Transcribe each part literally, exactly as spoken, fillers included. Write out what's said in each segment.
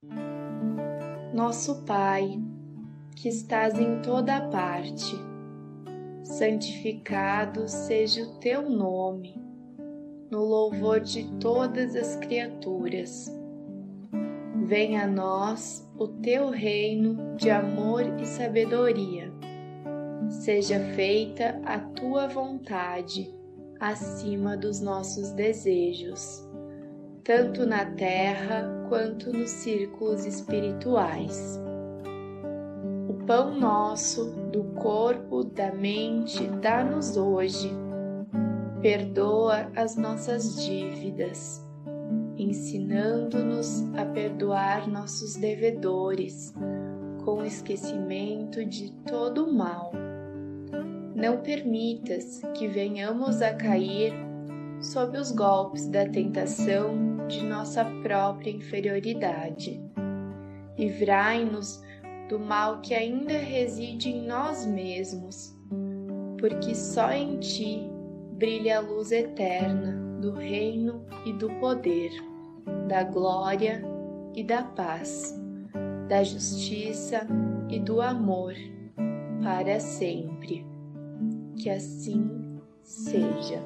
Nosso Pai, que estás em toda parte, santificado seja o teu nome, no louvor de todas as criaturas. Venha a nós o teu reino de amor e sabedoria. Seja feita a tua vontade acima dos nossos desejos, tanto na terra quanto nos círculos espirituais. O pão nosso, do corpo, da mente, dá-nos hoje. Perdoa as nossas dívidas, ensinando-nos a perdoar nossos devedores, com esquecimento de todo o mal. Não permitas que venhamos a cair sob os golpes da tentação de nossa própria inferioridade. Livrai-nos do mal que ainda reside em nós mesmos, porque só em Ti brilha a luz eterna do reino e do poder, da glória e da paz, da justiça e do amor, para sempre. Que assim seja.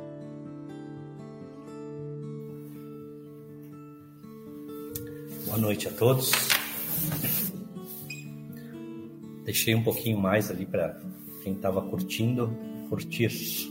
Boa noite a todos. Deixei um pouquinho mais ali para quem estava curtindo, curtir.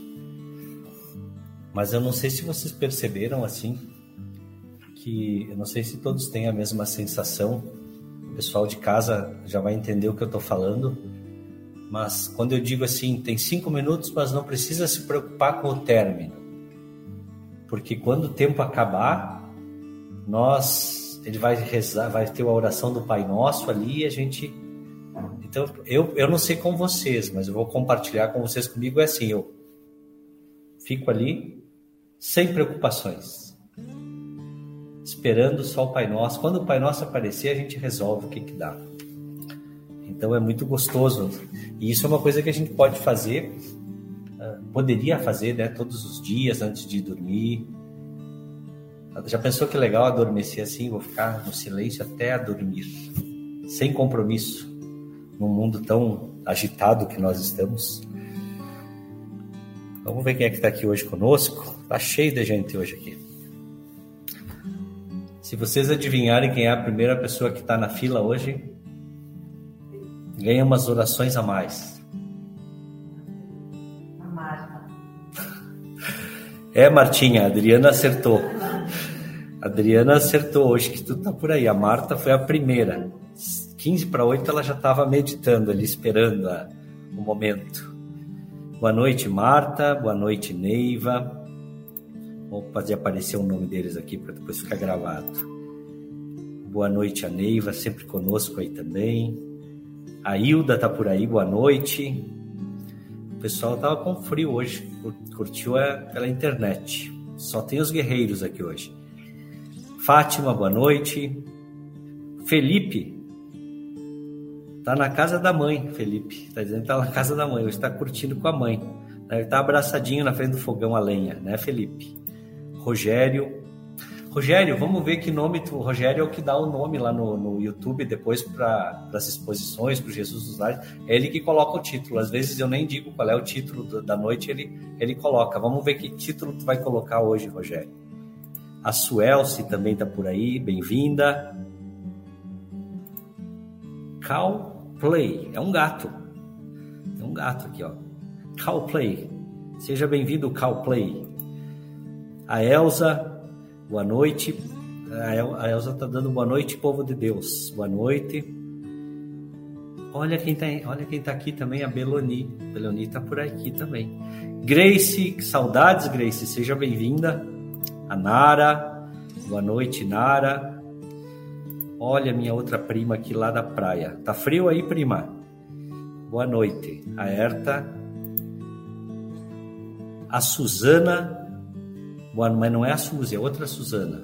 Mas eu não sei se vocês perceberam assim, que eu não sei se todos têm a mesma sensação. O pessoal de casa já vai entender o que eu estou falando. Mas quando eu digo assim, tem cinco minutos, mas não precisa se preocupar com o término. Porque quando o tempo acabar, nós, ele vai rezar, vai ter a oração do Pai Nosso ali e a gente... Então, eu, eu não sei com vocês, mas eu vou compartilhar com vocês. Comigo é assim, eu fico ali sem preocupações, esperando só o Pai Nosso. Quando o Pai Nosso aparecer, a gente resolve o que que dá. Então é muito gostoso. E isso é uma coisa que a gente pode fazer, poderia fazer, né, todos os dias antes de dormir. Já pensou que legal adormecer assim? Vou ficar no silêncio até dormir, sem compromisso, num mundo tão agitado que nós estamos. Vamos ver quem é que está aqui hoje conosco. Está cheio de gente hoje aqui. Se vocês adivinharem quem é a primeira pessoa que está na fila hoje, ganha umas orações a mais. A Marta. É, Martinha, a Adriana acertou. A Adriana acertou hoje que tu tá por aí. A Marta foi a primeira. quinze para oito ela já estava meditando ali, esperando a, o momento. Boa noite, Marta. Boa noite, Neiva. Vou fazer aparecer o nome deles aqui para depois ficar gravado. Boa noite, a Neiva, sempre conosco aí também. A Hilda tá por aí, boa noite. O pessoal tava com frio hoje, curtiu a, pela internet. Só tem os guerreiros aqui hoje. Fátima, boa noite. Felipe, tá na casa da mãe, Felipe. Tá dizendo que tá na casa da mãe, hoje tá curtindo com a mãe. Ele tá abraçadinho na frente do fogão a lenha, né, Felipe? Rogério. Rogério, vamos ver que nome tu... Rogério é o que dá o nome lá no, no YouTube depois para as exposições, para o Jesus dos Lares. É ele que coloca o título. Às vezes eu nem digo qual é o título do, da noite, ele, ele coloca. Vamos ver que título tu vai colocar hoje, Rogério. A Suelce também está por aí, bem-vinda. Cal Play, é um gato. É um gato aqui, ó. Cal Play, seja bem-vindo, Cal Play. A Elza... Boa noite. A Elza está dando boa noite, povo de Deus. Boa noite. Olha quem está olha quem tá aqui também, a Beloni. A Beloni está por aqui também. Grace, saudades, Grace. Seja bem-vinda. A Nara. Boa noite, Nara. Olha minha outra prima aqui lá da praia. Tá frio aí, prima? Boa noite. A Herta. A Suzana. Boa, mas não é a Suzy, é outra Suzana.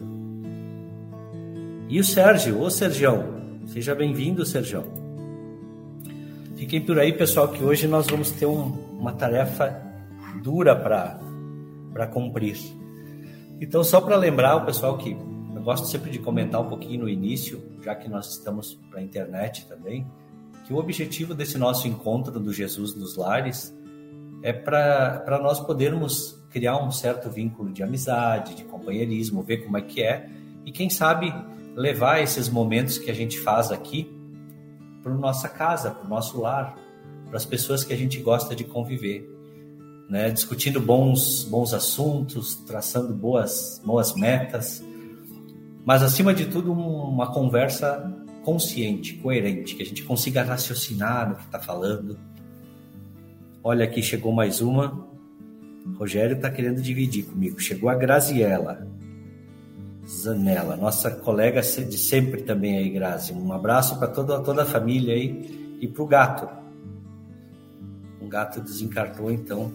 E o Sérgio, ô Sergião, seja bem-vindo, Sergião. Fiquem por aí, pessoal, que hoje nós vamos ter um, uma tarefa dura para cumprir. Então, só para lembrar o pessoal que eu gosto sempre de comentar um pouquinho no início, já que nós estamos para a internet também, que o objetivo desse nosso encontro do Jesus nos Lares é para nós podermos criar um certo vínculo de amizade, de companheirismo, ver como é que é, e quem sabe levar esses momentos que a gente faz aqui para nossa casa, para o nosso lar, para as pessoas que a gente gosta de conviver, né? Discutindo bons, bons assuntos, traçando boas, boas metas, mas acima de tudo uma conversa consciente, coerente, que a gente consiga raciocinar no que está falando. Olha, aqui chegou mais uma. Rogério está querendo dividir comigo. Chegou a Graziela Zanella, nossa colega de sempre também aí, Grazi. Um abraço para toda, toda a família aí e para o gato. Um gato desencarnou, então.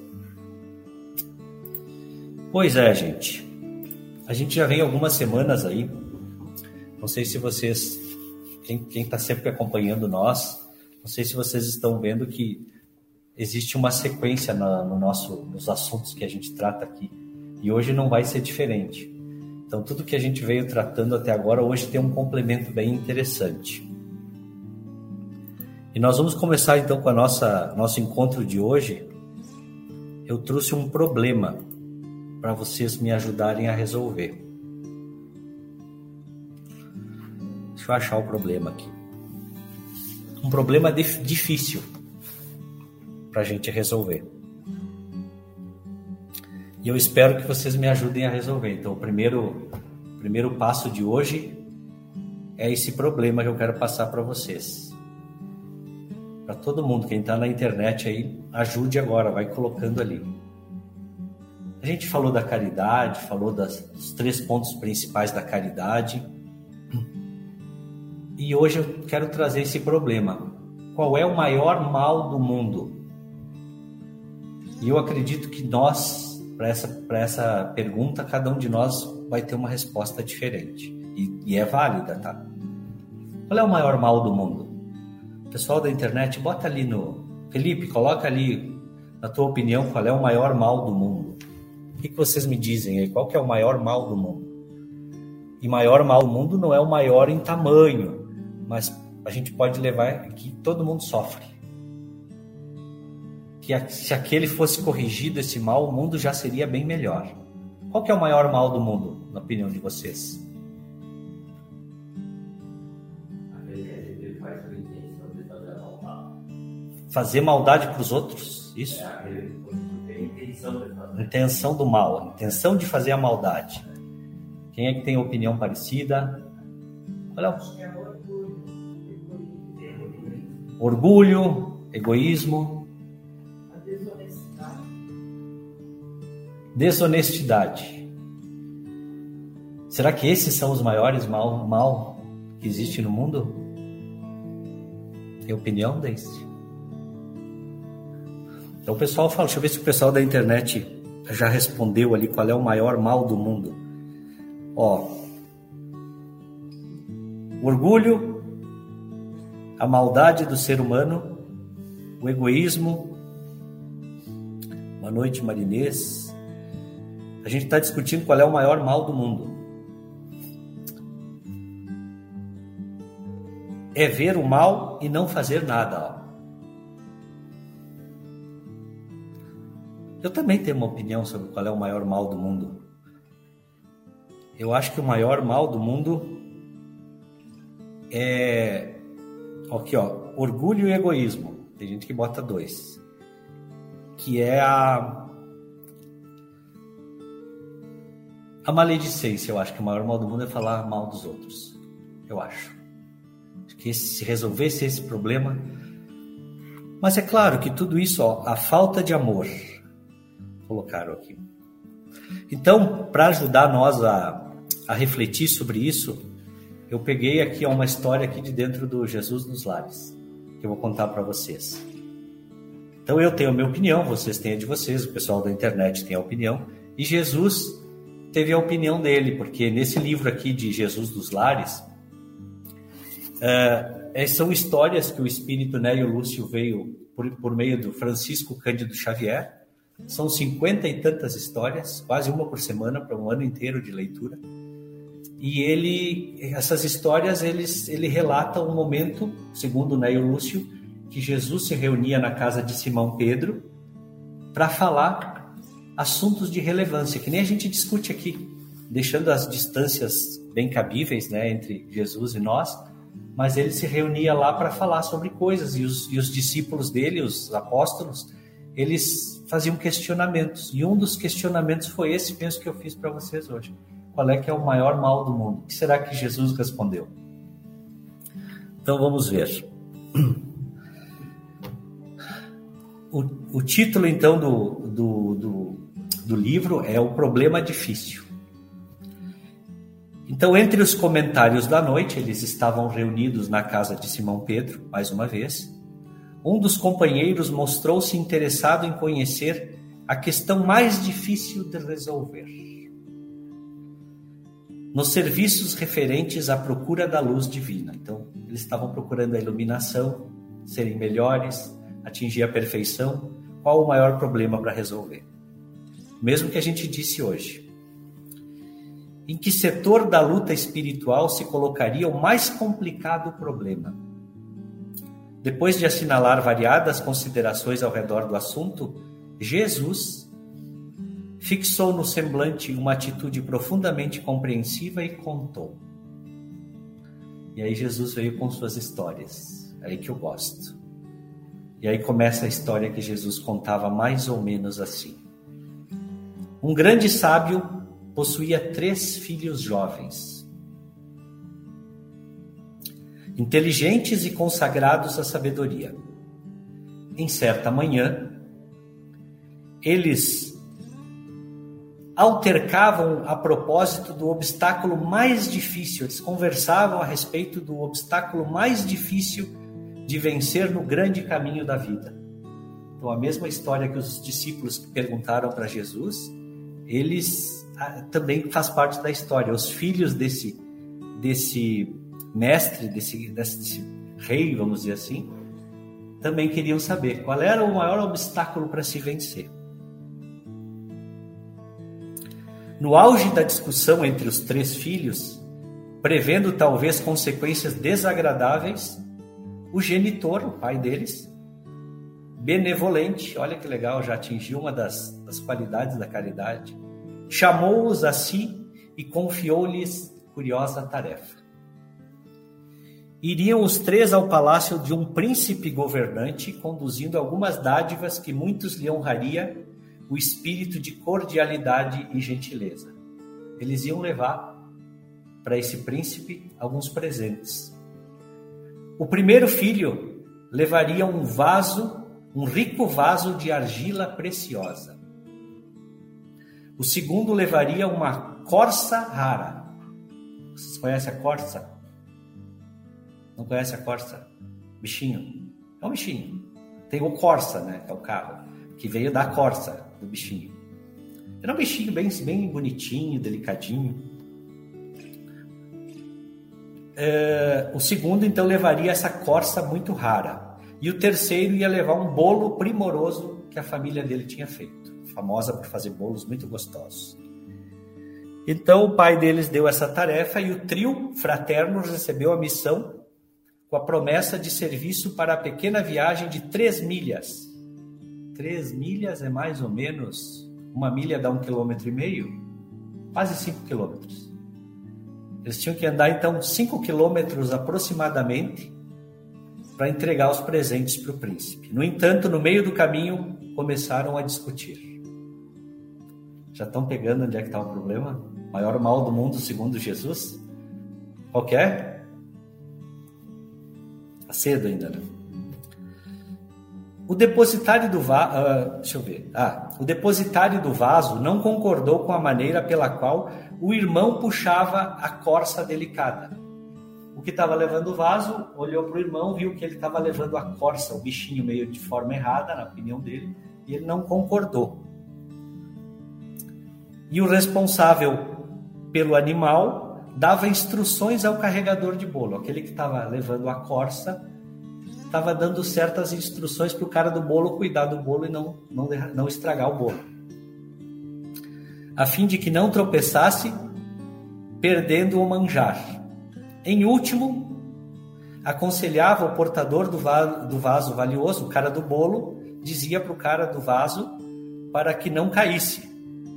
Pois é, gente. A gente já vem algumas semanas aí. Não sei se vocês, quem está sempre acompanhando nós, não sei se vocês estão vendo que existe uma sequência na, no nosso, nos assuntos que a gente trata aqui. E hoje não vai ser diferente. Então, tudo que a gente veio tratando até agora, hoje tem um complemento bem interessante. E nós vamos começar, então, com a nossa nosso encontro de hoje. Eu trouxe um problema para vocês me ajudarem a resolver. Deixa eu achar o problema aqui. Um problema dif- difícil para a gente resolver. E eu espero que vocês me ajudem a resolver. Então, o primeiro, primeiro passo de hoje é esse problema que eu quero passar para vocês. Para todo mundo, quem está na internet aí, ajude agora, vai colocando ali. A gente falou da caridade, falou das, dos três pontos principais da caridade. E hoje eu quero trazer esse problema. Qual é o maior mal do mundo? E eu acredito que nós, para essa, para essa pergunta, cada um de nós vai ter uma resposta diferente. E, e é válida, tá? Qual é o maior mal do mundo? Pessoal da internet, bota ali no... Felipe, coloca ali, na tua opinião, qual é o maior mal do mundo? O que, que vocês me dizem aí? Qual que é o maior mal do mundo? E maior mal do mundo não é o maior em tamanho, mas a gente pode levar que todo mundo sofre. Que se aquele fosse corrigido, esse mal, o mundo já seria bem melhor. Qual que é o maior mal do mundo, na opinião de vocês? Fazer maldade para os outros, isso? Intenção do mal, intenção de fazer a maldade. Quem é que tem opinião parecida? Olha, orgulho, egoísmo, desonestidade. Será que esses são os maiores mal, mal que existe no mundo? Tem opinião desse? Então o pessoal fala, deixa eu ver se o pessoal da internet já respondeu ali qual é o maior mal do mundo. Ó, o orgulho, a maldade do ser humano, o egoísmo. Boa noite, Marinês. A gente está discutindo qual é o maior mal do mundo. É ver o mal e não fazer nada, ó. Eu também tenho uma opinião sobre qual é o maior mal do mundo. Eu acho que o maior mal do mundo é... Aqui, ó, orgulho e egoísmo. Tem gente que bota dois. Que é a... A maledicência. Eu acho que o maior mal do mundo é falar mal dos outros. Eu acho. Acho que se resolvesse esse problema... Mas é claro que tudo isso, ó, a falta de amor... Colocaram aqui. Então, para ajudar nós a, a refletir sobre isso, eu peguei aqui uma história aqui de dentro do Jesus nos Lares, que eu vou contar para vocês. Então, eu tenho a minha opinião, vocês têm a de vocês, o pessoal da internet tem a opinião, e Jesus teve a opinião dele, porque nesse livro aqui de Jesus dos Lares, é, são histórias que o espírito Nélio Lúcio veio por, por meio do Francisco Cândido Xavier. São cinquenta e tantas histórias, quase uma por semana, para um ano inteiro de leitura. e ele, essas histórias, eles, ele relata um momento, segundo Neio Lúcio, que Jesus se reunia na casa de Simão Pedro para falar assuntos de relevância, que nem a gente discute aqui, deixando as distâncias bem cabíveis, né, entre Jesus e nós, mas ele se reunia lá para falar sobre coisas, e os, e os discípulos dele, os apóstolos, eles faziam questionamentos, e um dos questionamentos foi esse, penso que eu fiz para vocês hoje. Qual é que é o maior mal do mundo? O que será que Jesus respondeu? Então vamos ver. O, o título então do, do, do, do livro é O Problema Difícil. Então, entre os comentários da noite, eles estavam reunidos na casa de Simão Pedro, mais uma vez. Um dos companheiros mostrou-se interessado em conhecer a questão mais difícil de resolver. Nos serviços referentes à procura da luz divina. Então, eles estavam procurando a iluminação, serem melhores, atingir a perfeição. Qual o maior problema para resolver? Mesmo que a gente disse hoje. Em que setor da luta espiritual se colocaria o mais complicado problema? Depois de assinalar variadas considerações ao redor do assunto, Jesus fixou no semblante uma atitude profundamente compreensiva e contou. E aí Jesus veio com suas histórias, é aí que eu gosto. E aí começa a história que Jesus contava mais ou menos assim. Um grande sábio possuía três filhos jovens, inteligentes e consagrados à sabedoria. Em certa manhã, eles altercavam a propósito do obstáculo mais difícil, eles conversavam a respeito do obstáculo mais difícil de vencer no grande caminho da vida. Então, a mesma história que os discípulos perguntaram para Jesus, eles também faz parte da história. Os filhos desse, desse mestre, desse, desse rei, vamos dizer assim, também queriam saber qual era o maior obstáculo para se vencer. No auge da discussão entre os três filhos, prevendo talvez consequências desagradáveis, o genitor, o pai deles, benevolente, olha que legal, já atingiu uma das, das qualidades da caridade, chamou-os a si e confiou-lhes curiosa tarefa. Iriam os três ao palácio de um príncipe governante, conduzindo algumas dádivas que muitos lhe honraria o espírito de cordialidade e gentileza. Eles iam levar para esse príncipe alguns presentes. O primeiro filho levaria um vaso, um rico vaso de argila preciosa. O segundo levaria uma corça rara. Vocês conhecem a corça? Não conhece a corça? Bichinho. É um bichinho. Tem o Corsa, né? Que é o carro. Que veio da corça, do bichinho. Era um bichinho bem, bem bonitinho, delicadinho. É, o segundo, então, levaria essa corça muito rara. E o terceiro ia levar um bolo primoroso que a família dele tinha feito. Famosa por fazer bolos muito gostosos. Então, o pai deles deu essa tarefa e o trio fraterno recebeu a missão com a promessa de serviço para a pequena viagem de três milhas. Três milhas é mais ou menos, uma milha dá um quilômetro e meio, quase cinco quilômetros. Eles tinham que andar, então, cinco quilômetros aproximadamente para entregar os presentes para o príncipe. No entanto, no meio do caminho, começaram a discutir. Já estão pegando onde é que está o problema? O maior mal do mundo, segundo Jesus? Qual que é? Está cedo ainda, né? O depositário do vaso... Uh, deixa eu ver. Ah, o depositário do vaso não concordou com a maneira pela qual o irmão puxava a corça delicada. O que estava levando o vaso olhou para o irmão, viu que ele estava levando a corça, o bichinho meio de forma errada, na opinião dele, e ele não concordou. E o responsável pelo animal dava instruções ao carregador de bolo. Aquele que estava levando a corça estava dando certas instruções para o cara do bolo cuidar do bolo e não, não, não estragar o bolo. A fim de que não tropeçasse perdendo o manjar. Em último, aconselhava o portador do vaso, do vaso valioso, o cara do bolo, dizia para o cara do vaso para que não caísse.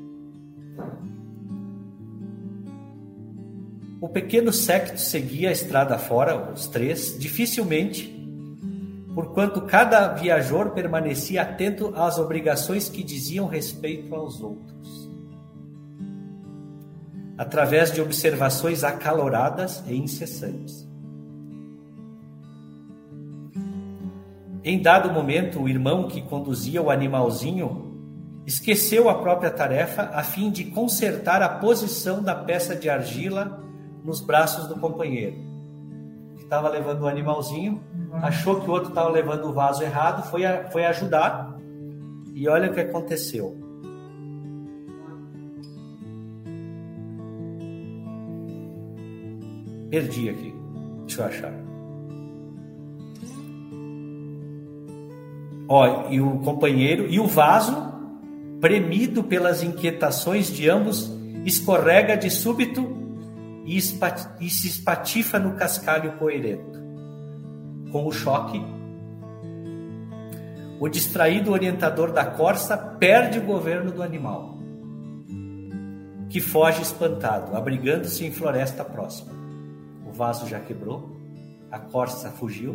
O pequeno séquito seguia a estrada fora, os três, dificilmente, porquanto cada viajor permanecia atento às obrigações que diziam respeito aos outros, através de observações acaloradas e incessantes. Em dado momento, o irmão que conduzia o animalzinho esqueceu a própria tarefa a fim de consertar a posição da peça de argila nos braços do companheiro, que estava levando o animalzinho, achou que o outro estava levando o vaso errado, foi, a, foi ajudar, e olha o que aconteceu. Perdi aqui, deixa eu achar. Ó, e o companheiro, e o vaso, premido pelas inquietações de ambos, escorrega de súbito e, espat, e se espatifa no cascalho poeirento. Com o choque, o distraído orientador da corça perde o governo do animal, que foge espantado, abrigando-se em floresta próxima. O vaso já quebrou, a corça fugiu.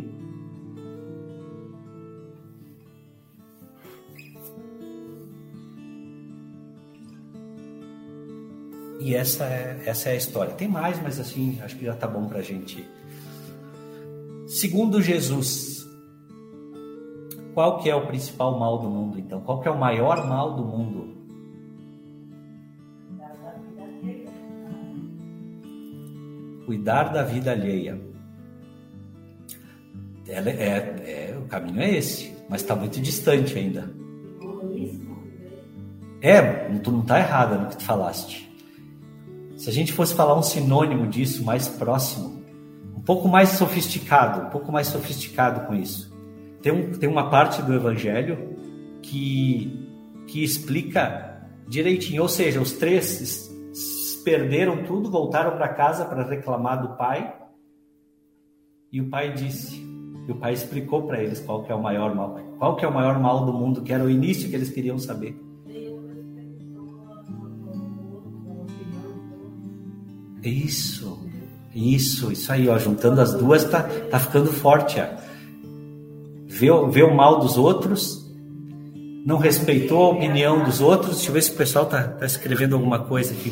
E essa é, essa é a história. Tem mais, mas assim, acho que já está bom para a gente. Segundo Jesus, qual que é o principal mal do mundo, então? Qual que é o maior mal do mundo? Cuidar da vida alheia. Ela é, é, o caminho é esse, mas está muito distante ainda. É, tu não está errada no que tu falaste. Se a gente fosse falar um sinônimo disso, mais próximo, um pouco mais sofisticado, um pouco mais sofisticado com isso. Tem, um, tem uma parte do Evangelho que, que explica direitinho, ou seja, os três perderam tudo, voltaram para casa para reclamar do pai, e o pai disse, e o pai explicou para eles qual que é o maior mal, qual que é o maior mal do mundo, que era o início que eles queriam saber. Isso, isso, isso aí, ó, juntando as duas, tá, tá ficando forte, ó. Vê, vê o mal dos outros, não respeitou a opinião dos outros. Deixa eu ver se o pessoal tá, tá escrevendo alguma coisa aqui.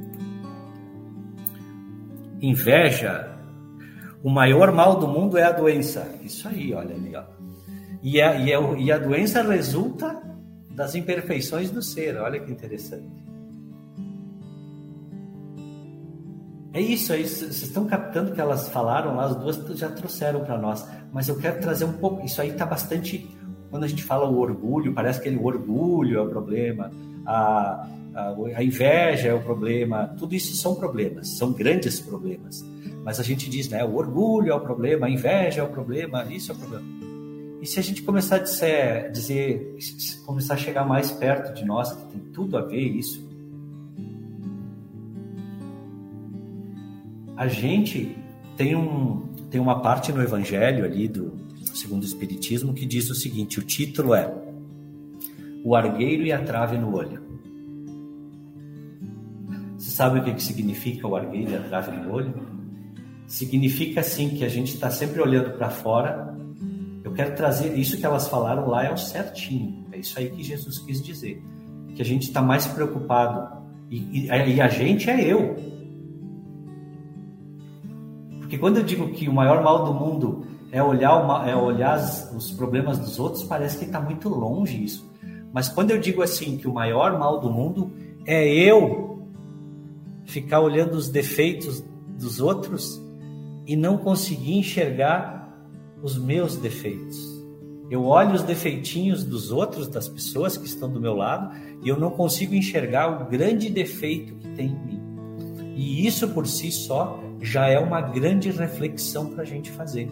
Inveja, o maior mal do mundo é a doença. Isso aí, olha ali, ó. E a, e a, e a doença resulta das imperfeições do ser, olha que interessante. É isso, é isso. Vocês estão captando que elas falaram lá, as duas já trouxeram para nós. Mas eu quero trazer um pouco. Isso aí está bastante. Quando a gente fala o orgulho, parece que o orgulho é o problema, a, a, a inveja é o problema. Tudo isso são problemas, são grandes problemas. Mas a gente diz, né? O orgulho é o problema, a inveja é o problema, isso é o problema. E se a gente começar a dizer, dizer começar a chegar mais perto de nós, que tem tudo a ver isso. A gente tem, um, tem uma parte no Evangelho ali, do segundo o Espiritismo, que diz o seguinte, o título é O Argueiro e a Trave no Olho. Você sabe o que, que significa o argueiro e a trave no olho? Significa, assim, que a gente está sempre olhando para fora. Eu quero trazer, isso que elas falaram lá é o certinho, é isso aí que Jesus quis dizer, que a gente está mais preocupado, e, e, e a gente é eu. Porque quando eu digo que o maior mal do mundo é olhar, uma, é olhar as, os problemas dos outros, parece que está muito longe isso. Mas quando eu digo assim, que o maior mal do mundo é eu ficar olhando os defeitos dos outros e não conseguir enxergar os meus defeitos. Eu olho os defeitinhos dos outros, das pessoas que estão do meu lado, e eu não consigo enxergar o grande defeito que tem em mim. E isso por si só já é uma grande reflexão para a gente fazer.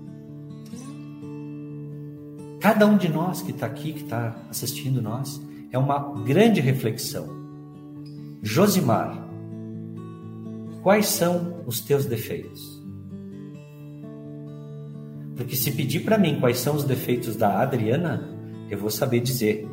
Cada um de nós que está aqui, que está assistindo nós, é uma grande reflexão. Josimar, quais são os teus defeitos? Porque se pedir para mim quais são os defeitos da Adriana, eu vou saber dizer.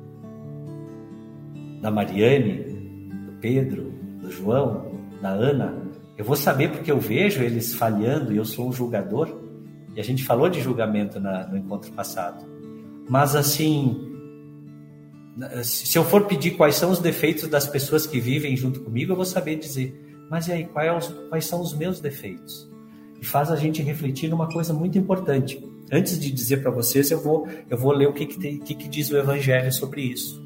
Da Mariane, do Pedro, do João, da Ana, eu vou saber porque eu vejo eles falhando e eu sou um julgador. E a gente falou de julgamento na, no encontro passado. Mas assim, se eu for pedir quais são os defeitos das pessoas que vivem junto comigo, eu vou saber dizer. Mas e aí, quais, quais são os meus defeitos? E faz a gente refletir numa coisa muito importante. Antes de dizer para vocês, eu vou, eu vou ler o que, que, tem, que, que diz o Evangelho sobre isso.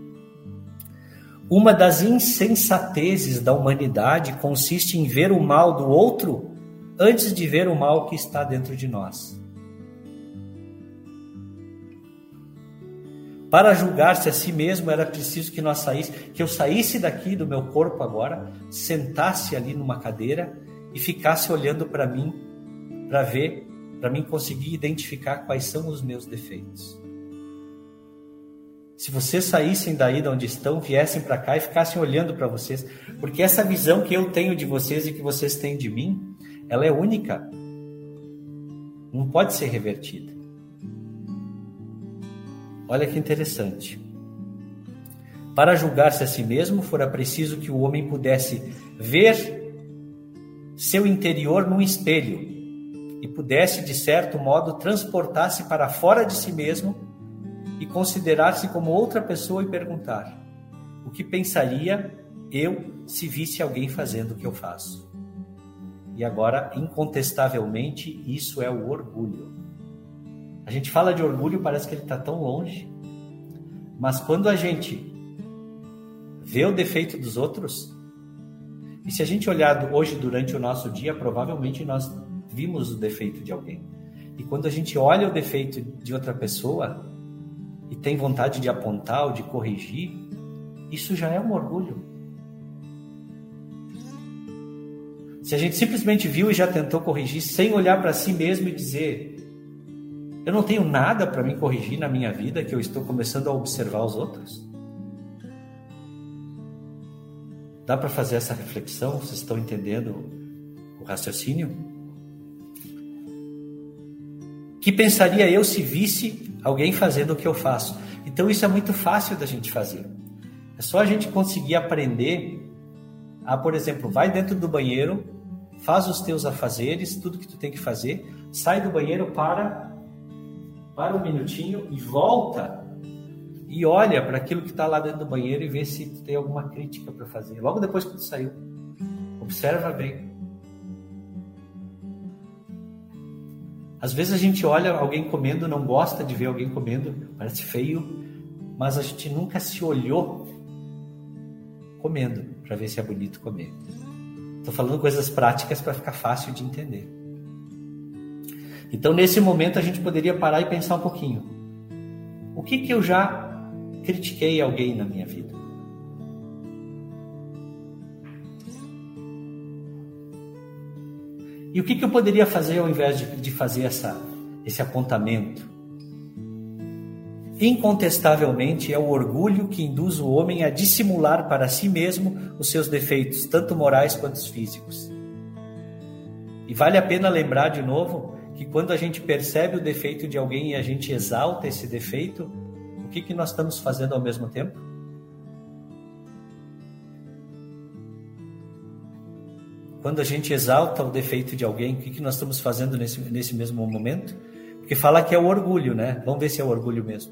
Uma das insensatezes da humanidade consiste em ver o mal do outro antes de ver o mal que está dentro de nós. Para julgar-se a si mesmo era preciso que nós saísse, que eu saísse daqui do meu corpo agora, sentasse ali numa cadeira e ficasse olhando para mim, para ver, para mim conseguir identificar quais são os meus defeitos. Se vocês saíssem daí de onde estão, viessem para cá e ficassem olhando para vocês, porque essa visão que eu tenho de vocês e que vocês têm de mim, ela é única. Não pode ser revertida. Olha que interessante. Para julgar-se a si mesmo, fora preciso que o homem pudesse ver seu interior num espelho e pudesse, de certo modo, transportar-se para fora de si mesmo e considerar-se como outra pessoa e perguntar: o que pensaria eu se visse alguém fazendo o que eu faço? E agora, incontestavelmente, isso é o orgulho. A gente fala de orgulho, parece que ele está tão longe. Mas quando a gente vê o defeito dos outros, e se a gente olhar hoje durante o nosso dia, provavelmente nós vimos o defeito de alguém. E quando a gente olha o defeito de outra pessoa e tem vontade de apontar ou de corrigir, isso já é um orgulho. Se a gente simplesmente viu e já tentou corrigir sem olhar para si mesmo e dizer: eu não tenho nada para me corrigir na minha vida, que eu estou começando a observar os outros. Dá para fazer essa reflexão? Vocês estão entendendo o raciocínio? Que pensaria eu se visse alguém fazendo o que eu faço? Então isso é muito fácil da gente fazer. É só a gente conseguir aprender a, por exemplo, vai dentro do banheiro, faz os teus afazeres, tudo que tu tem que fazer, sai do banheiro, para, para um minutinho e volta e olha para aquilo que está lá dentro do banheiro e vê se tu tem alguma crítica para fazer. Logo depois que tu saiu, observa bem. Às vezes a gente olha alguém comendo, não gosta de ver alguém comendo, parece feio, mas a gente nunca se olhou comendo para ver se é bonito comer. Estou falando coisas práticas para ficar fácil de entender. Então, nesse momento, a gente poderia parar e pensar um pouquinho. O que que eu já critiquei alguém na minha vida? E o que que eu poderia fazer ao invés de, de fazer essa, esse apontamento? Incontestavelmente é o orgulho que induz o homem a dissimular para si mesmo os seus defeitos, tanto morais quanto físicos. E vale a pena lembrar de novo que quando a gente percebe o defeito de alguém e a gente exalta esse defeito, o que que nós estamos fazendo ao mesmo tempo? Quando a gente exalta o defeito de alguém, o que que nós estamos fazendo nesse, nesse mesmo momento? Porque fala que é o orgulho, né? Vamos ver se é o orgulho mesmo.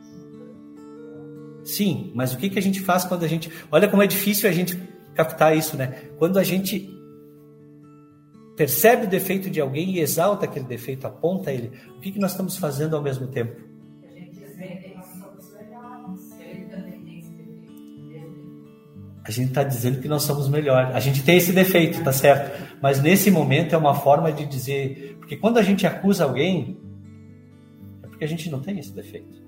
Sim, mas o que que a gente faz quando a gente... Olha como é difícil a gente captar isso, né? Quando a gente percebe o defeito de alguém e exalta aquele defeito, aponta ele, o que que nós estamos fazendo ao mesmo tempo? A gente vê que nós somos melhores, ele também tem esse defeito. A gente está dizendo que nós somos melhores. A gente tem esse defeito, tá certo? Mas nesse momento é uma forma de dizer... Porque quando a gente acusa alguém, é porque a gente não tem esse defeito.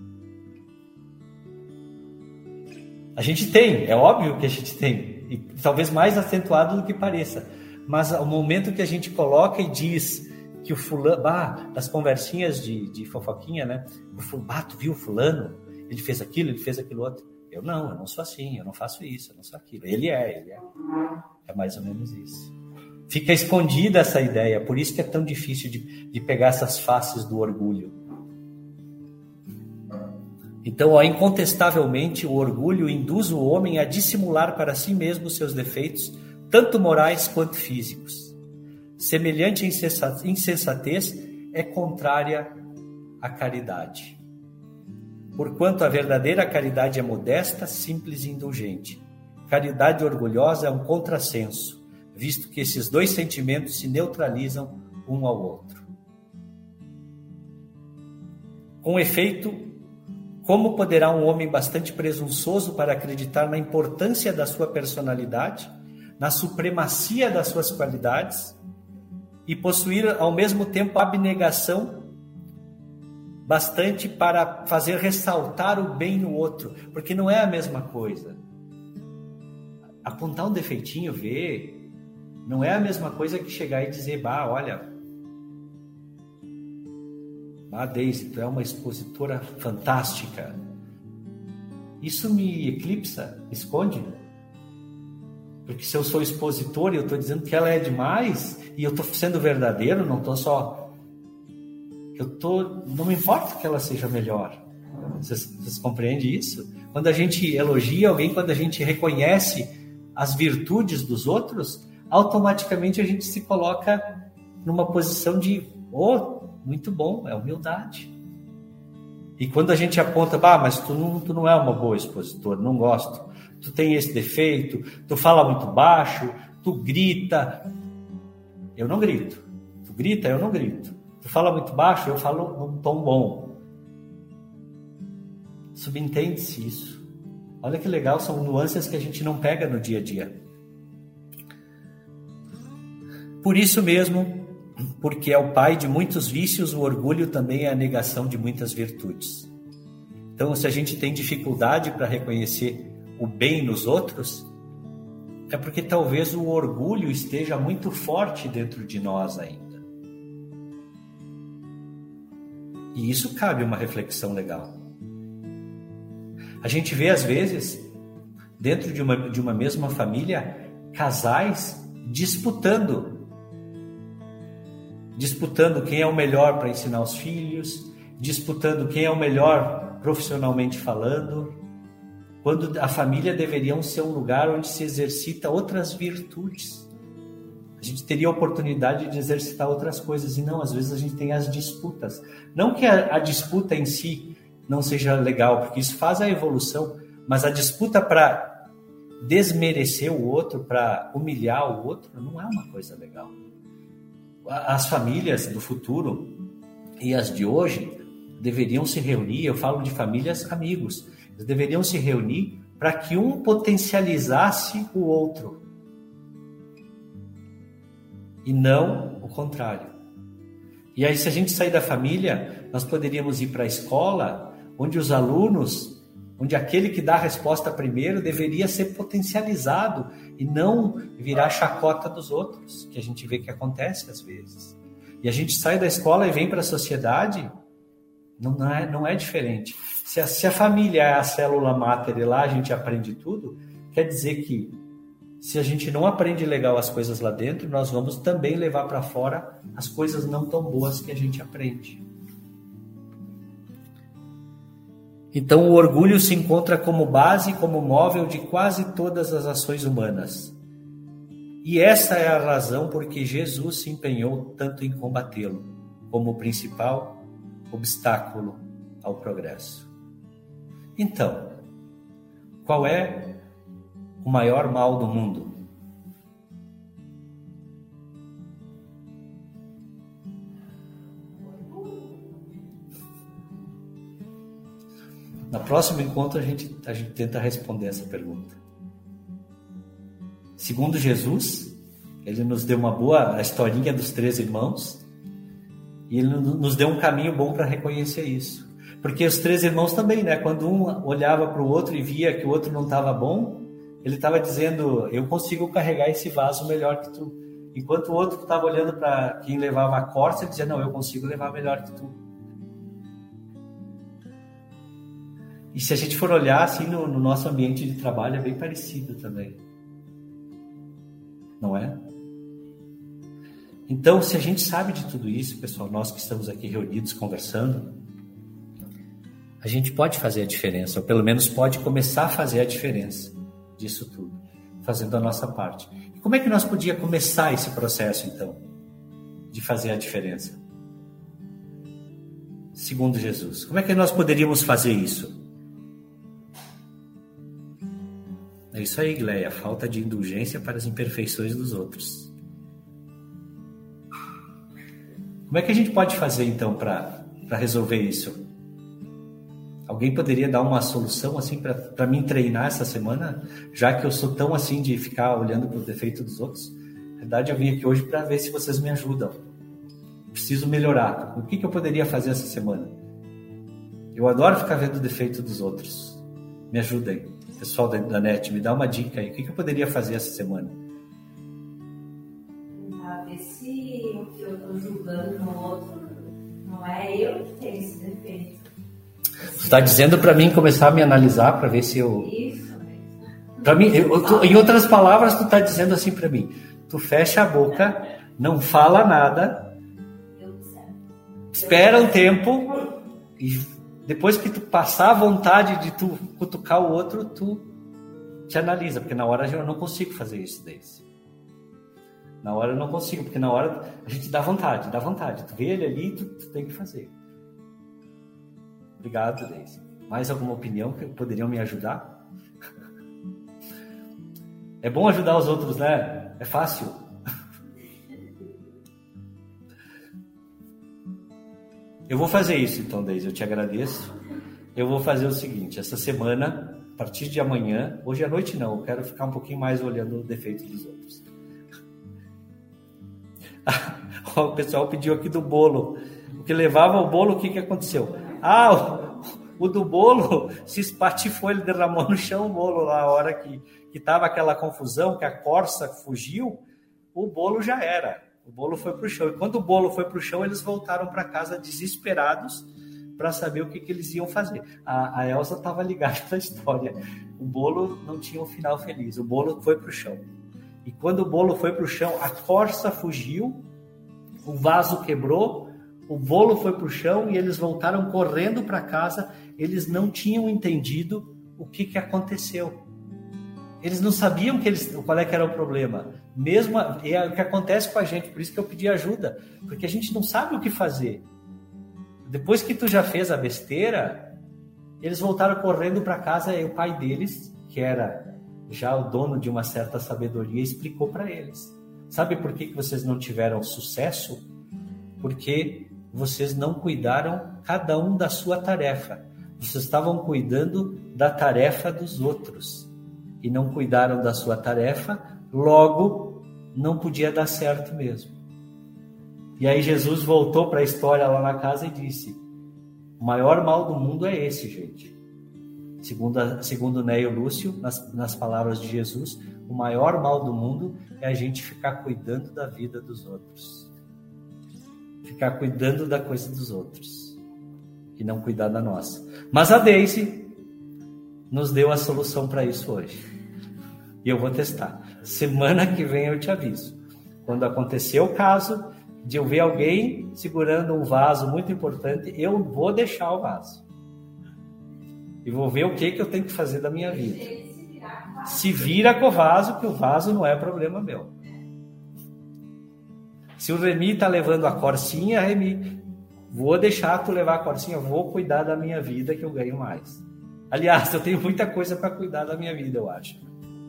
A gente tem, é óbvio que a gente tem. E talvez mais acentuado do que pareça. Mas ao momento que a gente coloca e diz que o fulano... Bah, das conversinhas de, de fofoquinha, né? O fulano, bah, tu viu o fulano? Ele fez aquilo, ele fez aquilo outro. Eu não, eu não sou assim, eu não faço isso, eu não sou aquilo. Ele é, ele é. É mais ou menos isso. Fica escondida essa ideia, por isso que é tão difícil de, de pegar essas faces do orgulho. Então, ó, incontestavelmente, o orgulho induz o homem a dissimular para si mesmo seus defeitos, tanto morais quanto físicos. Semelhante insensatez é contrária à caridade. Porquanto a verdadeira caridade é modesta, simples e indulgente. Caridade orgulhosa é um contrassenso, visto que esses dois sentimentos se neutralizam um ao outro. Com efeito, como poderá um homem bastante presunçoso para acreditar na importância da sua personalidade, na supremacia das suas qualidades, e possuir ao mesmo tempo a abnegação bastante para fazer ressaltar o bem no outro, porque não é a mesma coisa. Apontar um defeitinho, ver, não é a mesma coisa que chegar e dizer, bah, olha, bah, Daisy, tu é uma expositora fantástica. Isso me eclipsa, esconde. Porque se eu sou expositor e eu estou dizendo que ela é demais, e eu estou sendo verdadeiro, não estou só... Eu tô, não me importa que ela seja melhor. Vocês, vocês compreendem isso? Quando a gente elogia alguém, quando a gente reconhece as virtudes dos outros, automaticamente a gente se coloca numa posição de, oh, muito bom, é humildade. E quando a gente aponta, ah, mas tu não, tu não é uma boa expositora, não gosto. Tu tem esse defeito, tu fala muito baixo, tu grita. Eu não grito. Tu grita, eu não grito. Tu fala muito baixo, eu falo num tom bom. Subentende-se isso. Olha que legal, são nuances que a gente não pega no dia a dia. Por isso mesmo, porque é o pai de muitos vícios, o orgulho também é a negação de muitas virtudes. Então, se a gente tem dificuldade para reconhecer o bem nos outros, é porque talvez o orgulho esteja muito forte dentro de nós ainda. E isso cabe uma reflexão legal. A gente vê, às vezes, dentro de uma, de uma mesma família, casais disputando. Disputando quem é o melhor para ensinar os filhos, disputando quem é o melhor profissionalmente falando, quando a família deveria ser um lugar onde se exercita outras virtudes. A gente teria a oportunidade de exercitar outras coisas, e não, às vezes a gente tem as disputas. Não que a, a disputa em si não seja legal, porque isso faz a evolução, mas a disputa para desmerecer o outro, para humilhar o outro, não é uma coisa legal. As famílias do futuro e as de hoje deveriam se reunir, eu falo de famílias amigos, eles deveriam se reunir para que um potencializasse o outro. E não o contrário. E aí, se a gente sair da família, nós poderíamos ir para a escola, onde os alunos, onde aquele que dá a resposta primeiro deveria ser potencializado e não virar chacota dos outros, que a gente vê que acontece às vezes. E a gente sai da escola e vem para a sociedade, não é, não é diferente. Se a, se a família é a célula máter e lá a gente aprende tudo, quer dizer que se a gente não aprende legal as coisas lá dentro, nós vamos também levar para fora as coisas não tão boas que a gente aprende. Então, o orgulho se encontra como base, como móvel de quase todas as ações humanas. E essa é a razão por que Jesus se empenhou tanto em combatê-lo, como o principal obstáculo ao progresso. Então, qual é o maior mal do mundo? No próximo encontro a gente, a gente tenta responder essa pergunta. Segundo Jesus, ele nos deu uma boa a historinha dos três irmãos e ele nos deu um caminho bom para reconhecer isso. Porque os três irmãos também, né? Quando um olhava para o outro e via que o outro não estava bom, ele estava dizendo, eu consigo carregar esse vaso melhor que tu. Enquanto o outro estava olhando para quem levava a corça, ele dizia, não, eu consigo levar melhor que tu. E se a gente for olhar assim no, no nosso ambiente de trabalho, é bem parecido também. Não é? Então, se a gente sabe de tudo isso, pessoal, nós que estamos aqui reunidos conversando, a gente pode fazer a diferença, ou pelo menos pode começar a fazer a diferença disso tudo, fazendo a nossa parte. E como é que nós podíamos começar esse processo, então, de fazer a diferença? Segundo Jesus, como é que nós poderíamos fazer isso? É isso aí, Gleia, falta de indulgência para as imperfeições dos outros. Como é que a gente pode fazer, então, para para resolver isso? Alguém poderia dar uma solução, assim, para me treinar essa semana? Já que eu sou tão, assim, de ficar olhando para o defeito dos outros. Na verdade, eu vim aqui hoje para ver se vocês me ajudam. Preciso melhorar. O que, que eu poderia fazer essa semana? Eu adoro ficar vendo o defeito dos outros. Me ajudem. Pessoal da, da net, me dá uma dica aí. O que, que eu poderia fazer essa semana? A ver se o que eu estou julgando no outro não é eu que tenho esse defeito. Você está dizendo para mim começar a me analisar para ver se eu... Isso. Para mim, eu, tu, em outras palavras, tu está dizendo assim para mim. Tu fecha a boca, não fala nada, espera um tempo e depois que tu passar a vontade de tu cutucar o outro, tu te analisa, porque na hora eu não consigo fazer isso, Deise. Na hora eu não consigo, porque na hora a gente dá vontade, dá vontade. Tu vê ele ali, tu, tu tem que fazer. Obrigado, Deise. Mais alguma opinião que poderiam me ajudar? É bom ajudar os outros, né? É fácil. Eu vou fazer isso, então, Deise. Eu te agradeço. Eu vou fazer o seguinte. Essa semana, a partir de amanhã... Hoje à noite, não. Eu quero ficar um pouquinho mais olhando o defeito dos outros. O pessoal pediu aqui do bolo. O que levava o bolo, o que, que aconteceu? Ah, o, o do bolo se espatifou, ele derramou no chão o bolo lá, a hora que estava aquela confusão, que a corça fugiu, o bolo já era. O bolo foi para o chão. E quando o bolo foi para o chão, eles voltaram para casa desesperados para saber o que, que eles iam fazer. A, a Elsa estava ligada na história. O bolo não tinha um final feliz. O bolo foi para o chão. E quando o bolo foi para o chão, a corça fugiu, o vaso quebrou, o bolo foi para o chão e eles voltaram correndo para casa. Eles não tinham entendido o que, que aconteceu. Eles não sabiam que eles, qual é que era o problema. Mesmo, é o que acontece com a gente, por isso que eu pedi ajuda. Porque a gente não sabe o que fazer. Depois que tu já fez a besteira, eles voltaram correndo para casa e o pai deles, que era já o dono de uma certa sabedoria, explicou para eles. Sabe por que, que vocês não tiveram sucesso? Porque vocês não cuidaram cada um da sua tarefa. Vocês estavam cuidando da tarefa dos outros. E não cuidaram da sua tarefa, logo não podia dar certo mesmo. E aí Jesus voltou para a história lá na casa e disse: o maior mal do mundo é esse, gente. Segundo, a, segundo Neio Lúcio, nas, nas palavras de Jesus, o maior mal do mundo é a gente ficar cuidando da vida dos outros. Ficar cuidando da coisa dos outros. E não cuidar da nossa. Mas a Deise nos deu a solução para isso hoje. E eu vou testar. Semana que vem eu te aviso. Quando acontecer o caso de eu ver alguém segurando um vaso muito importante, eu vou deixar o vaso. E vou ver o que, que eu tenho que fazer da minha vida. Se vira com o vaso, que o vaso não é problema meu. Se o Remy está levando a corcinha, Remy, vou deixar tu levar a corcinha, vou cuidar da minha vida que eu ganho mais. Aliás, eu tenho muita coisa para cuidar da minha vida, eu acho.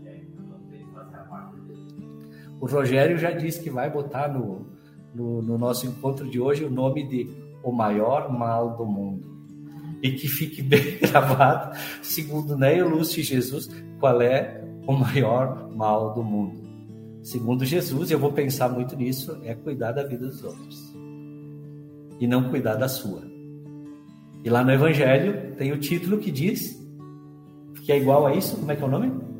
O Rogério já disse que vai botar no, no, no nosso encontro de hoje o nome de O Maior Mal do Mundo. E que fique bem gravado, segundo Neio Lúcio e Jesus, qual é o maior mal do mundo. Segundo Jesus, eu vou pensar muito nisso, é cuidar da vida dos outros. E não cuidar da sua. E lá no Evangelho tem o título que diz, que é igual a isso, como é que é o nome?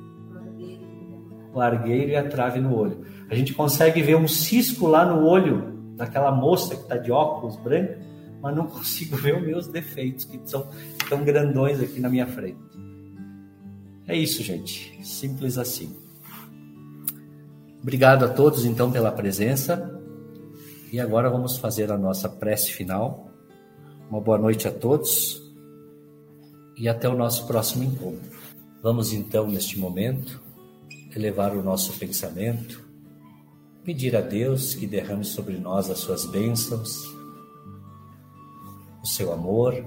O argueiro e a trave no olho. A gente consegue ver um cisco lá no olho daquela moça que está de óculos branco, mas não consigo ver os meus defeitos, que são tão grandões aqui na minha frente. É isso, gente. Simples assim. Obrigado a todos, então, pela presença. E agora vamos fazer a nossa prece final. Uma boa noite a todos e até o nosso próximo encontro. Vamos, então, neste momento, elevar o nosso pensamento, pedir a Deus que derrame sobre nós as suas bênçãos, o seu amor,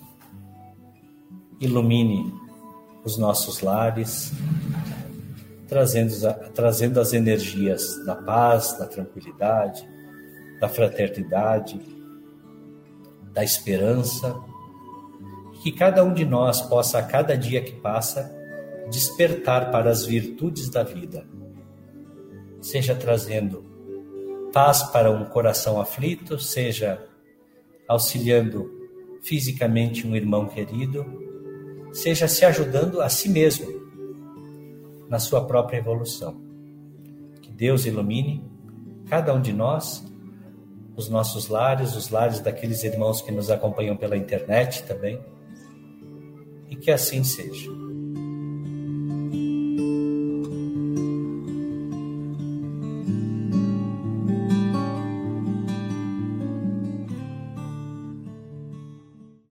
ilumine os nossos lares, trazendo, trazendo as energias da paz, da tranquilidade, da fraternidade, da esperança, e que cada um de nós possa, a cada dia que passa, despertar para as virtudes da vida, seja trazendo paz para um coração aflito, seja auxiliando fisicamente um irmão querido, seja se ajudando a si mesmo na sua própria evolução. Que Deus ilumine cada um de nós, os nossos lares, os lares daqueles irmãos que nos acompanham pela internet também, e que assim seja.